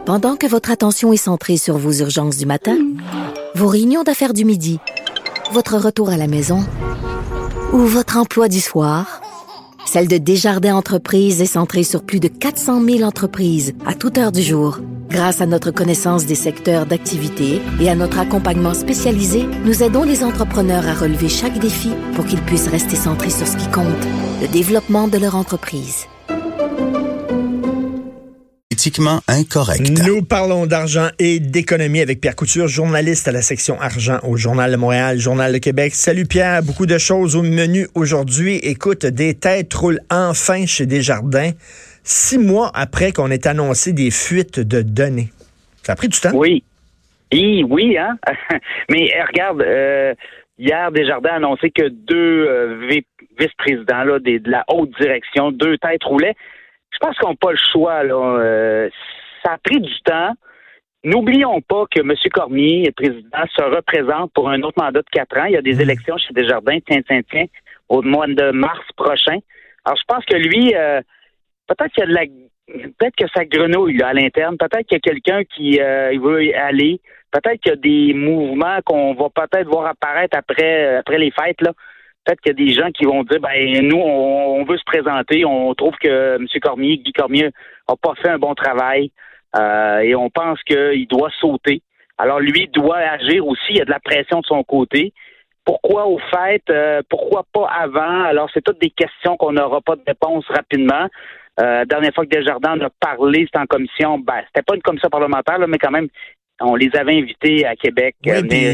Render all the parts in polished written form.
Pendant que votre attention est centrée sur vos urgences du matin, vos réunions d'affaires du midi, votre retour à la maison ou votre emploi du soir, celle de Desjardins Entreprises est centrée sur plus de 400 000 entreprises à toute heure du jour. Grâce à notre connaissance des secteurs d'activité et à notre accompagnement spécialisé, nous aidons les entrepreneurs à relever chaque défi pour qu'ils puissent rester centrés sur ce qui compte, le développement de leur entreprise. Éthiquement incorrect. Nous parlons d'argent et d'économie avec Pierre Couture, journaliste à la section argent au Journal de Montréal, Journal de Québec. Salut Pierre, beaucoup de choses au menu aujourd'hui. Écoute, des têtes roulent enfin chez Desjardins, 6 mois après qu'on ait annoncé des fuites de données. Ça a pris du temps? Oui. Oui, hein? Mais regarde, hier, Desjardins a annoncé que 2 vice-présidents là, de la haute direction, 2 têtes roulaient. Je pense qu'on n'a pas le choix, là. Ça a pris du temps. N'oublions pas que M. Cormier, le président, se représente pour un autre mandat de 4 ans. Il y a des élections chez Desjardins, tiens, au mois de mars prochain. Alors, je pense que lui, peut-être que ça grenouille là, à l'interne. Peut-être qu'il y a quelqu'un qui il veut y aller. Peut-être qu'il y a des mouvements qu'on va peut-être voir apparaître après les fêtes, là. Peut-être qu'il y a des gens qui vont dire, nous, on veut se présenter, on trouve que M. Cormier, Guy Cormier, n'a pas fait un bon travail et on pense qu'il doit sauter. Alors, lui doit agir aussi, il y a de la pression de son côté. Pourquoi au fait? Pourquoi pas avant? Alors, c'est toutes des questions qu'on n'aura pas de réponse rapidement. Dernière fois que Desjardins en a parlé, c'était en commission, c'était pas une commission parlementaire, là, mais quand même, on les avait invités à Québec. Oui,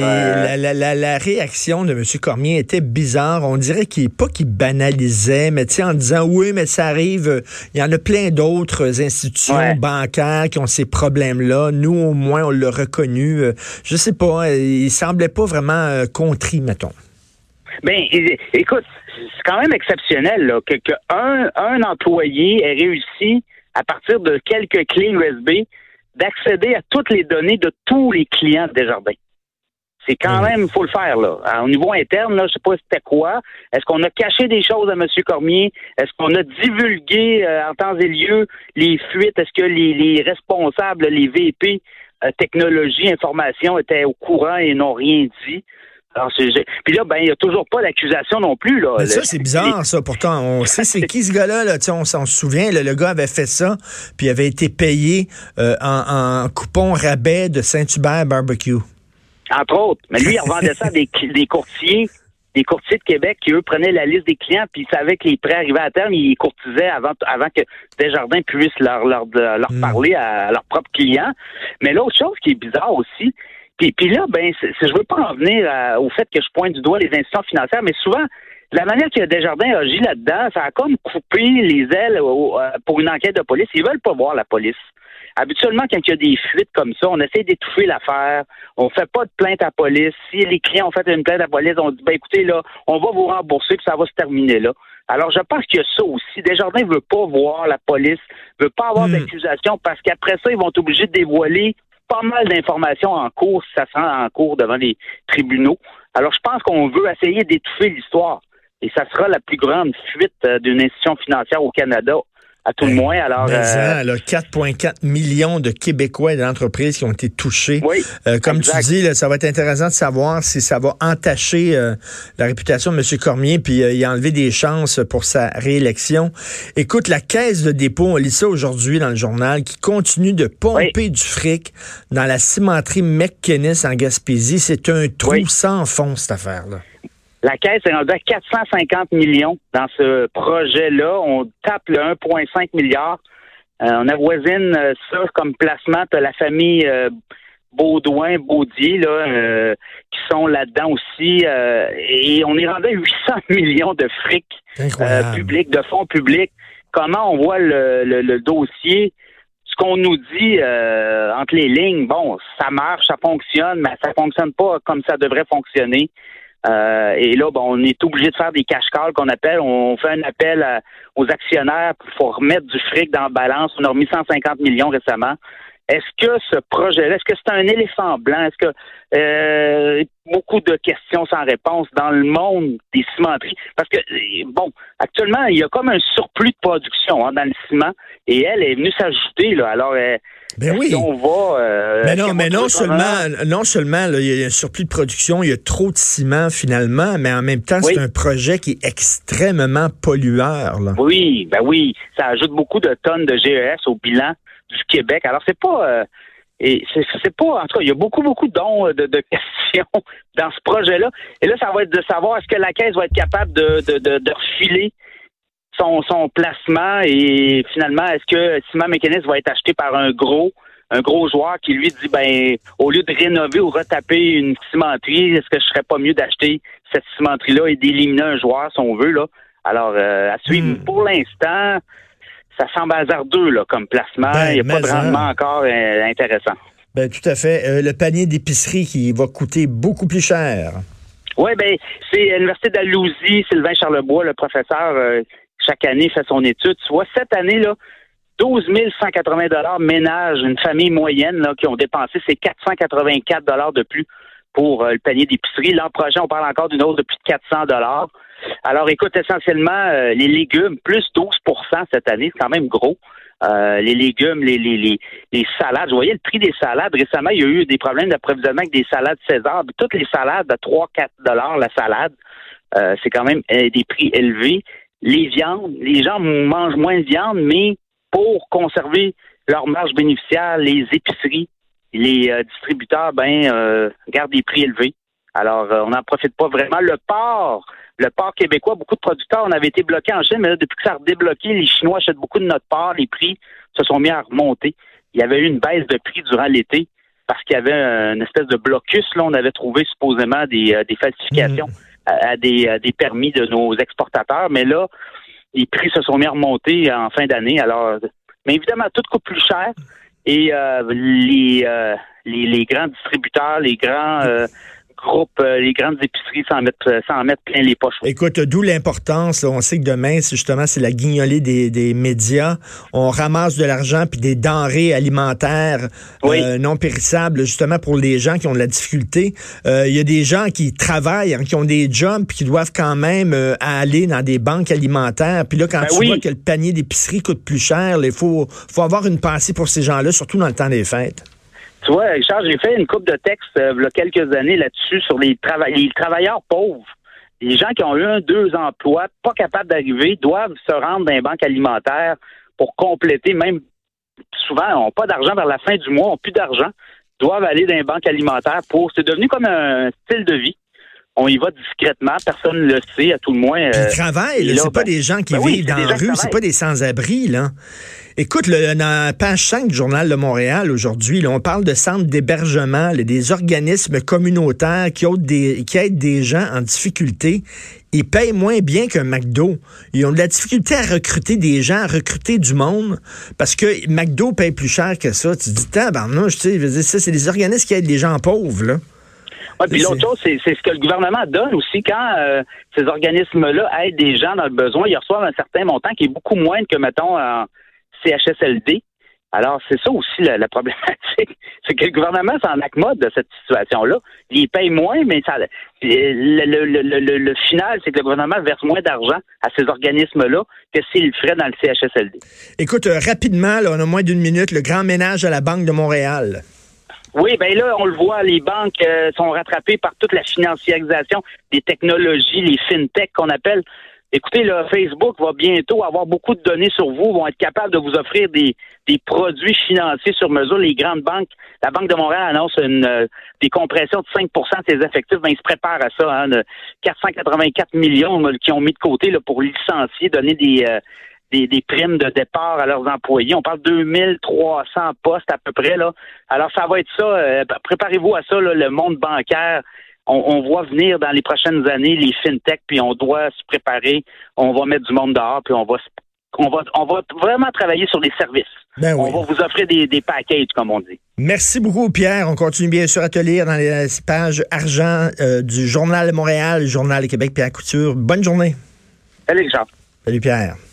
la réaction de M. Cormier était bizarre. On dirait qu'il banalisait, mais tu sais, en disant oui, mais ça arrive, il y en a plein d'autres institutions bancaires qui ont ces problèmes-là. Nous, au moins, on l'a reconnu. Je sais pas, il semblait pas vraiment contrit, mettons. Écoute, c'est quand même exceptionnel là, que un employé ait réussi, à partir de quelques clés USB, d'accéder à toutes les données de tous les clients de Desjardins. C'est quand même, faut le faire, là. Au niveau interne, là, je sais pas c'était quoi. Est-ce qu'on a caché des choses à M. Cormier? Est-ce qu'on a divulgué en temps et lieu les fuites? Est-ce que les responsables, les VP, technologie, information, étaient au courant et n'ont rien dit? Alors, puis là, il n'y a toujours pas d'accusation non plus, là. Mais ça, c'est bizarre, ça. Pourtant, on sait c'est qui ce gars-là, là. On s'en souvient, là, le gars avait fait ça, puis il avait été payé en coupon rabais de Saint-Hubert Barbecue. Entre autres. Mais lui, il revendait ça à des courtiers de Québec qui, eux, prenaient la liste des clients, puis ils savaient que les prêts arrivaient à terme, ils courtisaient avant que Desjardins puisse leur parler à leurs propres clients. Mais l'autre chose qui est bizarre aussi, puis là, je veux pas en venir au fait que je pointe du doigt les institutions financières, mais souvent, la manière que Desjardins agit là-dedans, ça a comme coupé les ailes pour une enquête de police. Ils veulent pas voir la police. Habituellement, quand il y a des fuites comme ça, on essaie d'étouffer l'affaire. On fait pas de plainte à la police. Si les clients ont fait une plainte à la police, on dit, écoutez, là, on va vous rembourser, puis ça va se terminer là. Alors, je pense qu'il y a ça aussi. Desjardins veut pas voir la police, veut pas avoir d'accusation, parce qu'après ça, ils vont être obligés de dévoiler pas mal d'informations en cours si ça se rend en cours devant les tribunaux. Alors, je pense qu'on veut essayer d'étouffer l'histoire. Et ça sera la plus grande fuite d'une institution financière au Canada, à tout le moins. Alors, 4,4 millions de Québécois et d'entreprises qui ont été touchés. Oui, comme tu dis, là, ça va être intéressant de savoir si ça va entacher la réputation de M. Cormier puis y enlever des chances pour sa réélection. Écoute, la Caisse de dépôt, on lit ça aujourd'hui dans le journal, qui continue de pomper du fric dans la cimenterie McKinnis en Gaspésie. C'est un trou sans fond, cette affaire-là. La Caisse est rendue à 450 millions dans ce projet-là. On tape le 1,5 milliard. On avoisine ça comme placement. T'as la famille Baudier là, qui sont là-dedans aussi. Et on est rendu à 800 millions de fric public, de fonds publics. Comment on voit le dossier? Ce qu'on nous dit entre les lignes, ça marche, ça fonctionne, mais ça fonctionne pas comme ça devrait fonctionner. Et là, on est obligé de faire des cash calls qu'on appelle. On fait un appel aux actionnaires pour remettre du fric dans la balance. On a remis 150 millions récemment. Est-ce que ce projet-là, est-ce que c'est un éléphant blanc? Est-ce que beaucoup de questions sans réponse dans le monde des cimenteries. Parce que, bon, actuellement, il y a comme un surplus de production dans le ciment et elle est venue s'ajouter. Là. Alors, ben oui. on va... mais non seulement là, il y a un surplus de production, il y a trop de ciment finalement, mais en même temps, c'est un projet qui est extrêmement pollueur. Là. Oui, ben oui. Ça ajoute beaucoup de tonnes de GES au bilan du Québec. Alors, c'est pas... Et c'est pas, en tout cas, il y a beaucoup de questions dans ce projet-là. Et là, ça va être de savoir est-ce que la Caisse va être capable de refiler son placement et finalement, est-ce que Ciment Mécanisme va être acheté par un gros joueur qui lui dit, ben, au lieu de rénover ou retaper une cimenterie, est-ce que je serais pas mieux d'acheter cette cimenterie-là et d'éliminer un joueur, si on veut, là? Alors, à suivre, pour l'instant, ça semble hasardeux là, comme placement. Il n'y a pas de rendement encore intéressant. Ben, tout à fait. Le panier d'épicerie qui va coûter beaucoup plus cher. Oui, ben c'est l'Université d'Alousie, Sylvain Charlebois, le professeur, chaque année fait son étude. Tu vois, cette année, là, 12 180 $ ménage, une famille moyenne là, qui ont dépensé, c'est 484 $ de plus pour le panier d'épicerie. L'an prochain, on parle encore d'une hausse de plus de 400 $. Alors, écoute, essentiellement, les légumes, plus 12 % cette année, c'est quand même gros. Les légumes, les salades. Je voyais le prix des salades. Récemment, il y a eu des problèmes d'approvisionnement avec des salades César. Toutes les salades à 3-4 $ la salade. C'est quand même des prix élevés. Les viandes, les gens mangent moins de viande, mais pour conserver leur marge bénéficiaire, les épiceries, les distributeurs, gardent des prix élevés. Alors, on n'en profite pas vraiment. Le porc québécois, beaucoup de producteurs, on avait été bloqués en Chine, mais là, depuis que ça a redébloqué, les Chinois achètent beaucoup de notre porc, les prix se sont mis à remonter. Il y avait eu une baisse de prix durant l'été parce qu'il y avait une espèce de blocus. Là, on avait trouvé supposément des falsifications à des permis de nos exportateurs, mais là, les prix se sont mis à remonter en fin d'année. Alors, mais évidemment, tout coûte plus cher et les grands distributeurs, les grands groupes, les grandes épiceries s'en mettent plein les poches. Écoute, d'où l'importance, là, on sait que demain, c'est la guignolée des médias. On ramasse de l'argent puis des denrées alimentaires non périssables, justement pour les gens qui ont de la difficulté. Il y a des gens qui travaillent, qui ont des jobs puis qui doivent quand même aller dans des banques alimentaires. Puis là, quand tu vois que le panier d'épicerie coûte plus cher, il faut avoir une pensée pour ces gens-là, surtout dans le temps des fêtes. Tu vois, Richard, j'ai fait une couple de textes il y a quelques années là-dessus sur les travailleurs pauvres. Les gens qui ont eu 2 emplois, pas capables d'arriver, doivent se rendre dans les banques alimentaires pour compléter, même souvent, n'ont pas d'argent vers la fin du mois, n'ont plus d'argent, doivent aller dans les banques alimentaires c'est devenu comme un style de vie. On y va discrètement, personne ne le sait, à tout le moins. Ils travaillent, là, c'est pas des gens qui vivent dans la rue, c'est pas des sans-abri, là. Écoute, dans la page 5 du Journal de Montréal aujourd'hui, là, on parle de centres d'hébergement, là, des organismes communautaires qui aident des gens en difficulté. Ils payent moins bien qu'un McDo. Ils ont de la difficulté à recruter des gens, à recruter du monde, parce que McDo paye plus cher que ça. Tu te dis, tabarnouche, tu sais, ça, c'est des organismes qui aident des gens pauvres, là. Oui, puis l'autre chose, c'est ce que le gouvernement donne aussi quand ces organismes-là aident des gens dans le besoin. Ils reçoivent un certain montant qui est beaucoup moindre que, mettons, en CHSLD. Alors, c'est ça aussi la problématique. C'est que le gouvernement s'en accommode de cette situation-là. Il paye moins, mais le final, c'est que le gouvernement verse moins d'argent à ces organismes-là que s'il le ferait dans le CHSLD. Écoute, rapidement, là, on a moins d'1 minute, le grand ménage à la Banque de Montréal. Oui, ben là, on le voit, les banques sont rattrapées par toute la financiarisation des technologies, les fintech qu'on appelle. Écoutez, là, Facebook va bientôt avoir beaucoup de données sur vous, vont être capables de vous offrir des produits financiers sur mesure. Les grandes banques, la Banque de Montréal annonce des compressions de 5 % de ses effectifs. Ben, ils se préparent à ça, de 484 millions qui ont mis de côté là, pour licencier, donner des primes de départ à leurs employés. On parle de 2300 postes à peu près, là. Alors, ça va être ça. Préparez-vous à ça, là, le monde bancaire. On voit venir dans les prochaines années les fintech, puis on doit se préparer. On va mettre du monde dehors, puis on va vraiment travailler sur des services. Ben oui. On va vous offrir des packages, comme on dit. Merci beaucoup, Pierre. On continue bien sûr à te lire dans les pages argent du Journal de Montréal, Journal de Québec, Pierre Couture. Bonne journée. Salut, Jean. Salut, Pierre.